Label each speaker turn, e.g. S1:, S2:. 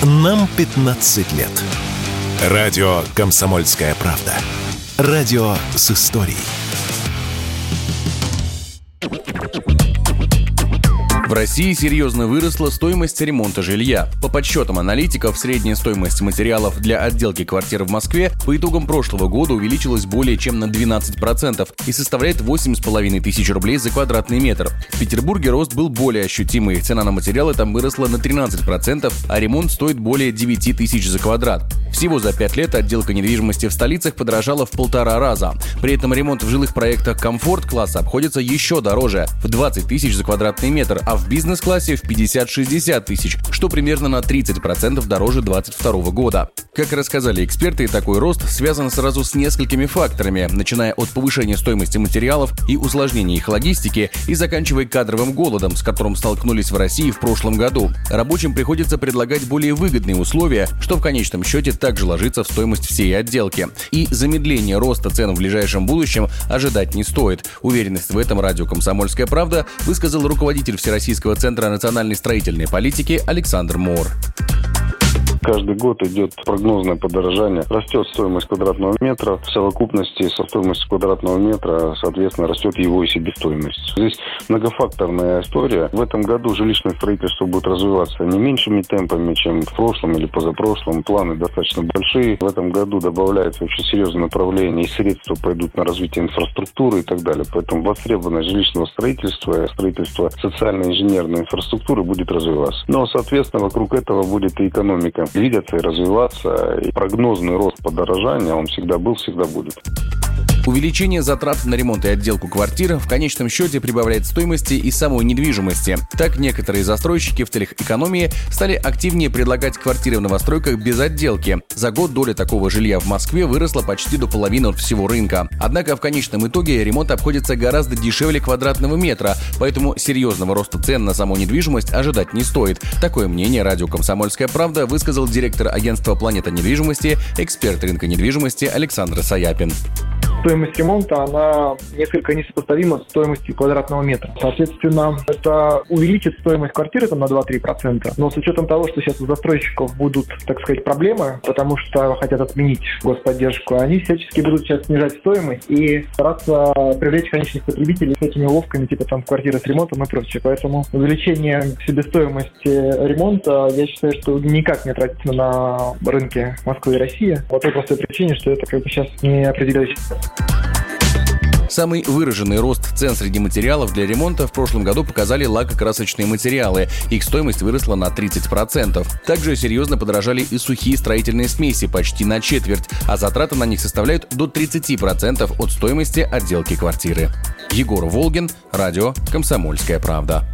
S1: Нам 15 лет. Радио «Комсомольская правда». Радио с историей.
S2: В России серьезно выросла стоимость ремонта жилья. По подсчетам аналитиков, средняя стоимость материалов для отделки квартир в Москве по итогам прошлого года увеличилась более чем на 12% и составляет 8,5 тысяч рублей за квадратный метр. В Петербурге рост был более ощутимый. Цена на материалы там выросла на 13%, а ремонт стоит более 9 тысяч за квадрат. Всего за 5 лет отделка недвижимости в столицах подорожала в 1,5 раза. При этом ремонт в жилых проектах комфорт-класса обходится еще дороже – в 20 тысяч за квадратный метр, а в бизнес-классе в 50-60 тысяч, что примерно на 30% дороже 2022 года. Как рассказали эксперты, такой рост связан сразу с несколькими факторами, начиная от повышения стоимости материалов и усложнения их логистики и заканчивая кадровым голодом, с которым столкнулись в России в прошлом году. Рабочим приходится предлагать более выгодные условия, что в конечном счете также ложится в стоимость всей отделки. И замедление роста цен в ближайшем будущем ожидать не стоит. Уверенность в этом радио «Комсомольская правда» высказал руководитель Всероссийского центра национальной строительной политики Александр Моор.
S3: Каждый год идет прогнозное подорожание. Растет стоимость квадратного метра. В совокупности со стоимостью квадратного метра, соответственно, растет его и себестоимость. Здесь многофакторная история. В этом году жилищное строительство будет развиваться не меньшими темпами, чем в прошлом или позапрошлом. Планы достаточно большие. В этом году добавляется очень серьезное направление, и средства пойдут на развитие инфраструктуры и так далее. Поэтому востребованность жилищного строительства, строительство социально-инженерной инфраструктуры будет развиваться. Но, соответственно, вокруг этого будет и экономика двигаться и развиваться. И прогнозный рост подорожания, он всегда был, всегда будет.
S2: Увеличение затрат на ремонт и отделку квартир в конечном счете прибавляет стоимости и самой недвижимости. Так, некоторые застройщики в целях экономии стали активнее предлагать квартиры в новостройках без отделки. За год доля такого жилья в Москве выросла почти до половины от всего рынка. Однако в конечном итоге ремонт обходится гораздо дешевле квадратного метра, поэтому серьезного роста цен на саму недвижимость ожидать не стоит. Такое мнение радио «Комсомольская правда» высказал директор агентства «Планета недвижимости», эксперт рынка недвижимости Александр Саяпин.
S4: Стоимость ремонта, она несколько несопоставима с стоимостью квадратного метра. Соответственно, это увеличит стоимость квартиры там, на 2-3%. Но с учетом того, что сейчас у застройщиков будут, так сказать, проблемы, потому что хотят отменить господдержку, они всячески будут сейчас снижать стоимость и стараться привлечь конечных потребителей с этими уловками, типа там квартиры с ремонтом и прочее. Поэтому увеличение себестоимости ремонта, я считаю, что никак не отразится на рынке Москвы и России. По той простой причине, что это как бы сейчас не определяющий.
S2: Самый выраженный рост цен среди материалов для ремонта в прошлом году показали лакокрасочные материалы. Их стоимость выросла на 30%. Также серьезно подорожали и сухие строительные смеси почти на четверть, а затраты на них составляют до 30% от стоимости отделки квартиры. Егор Волгин, радио «Комсомольская правда».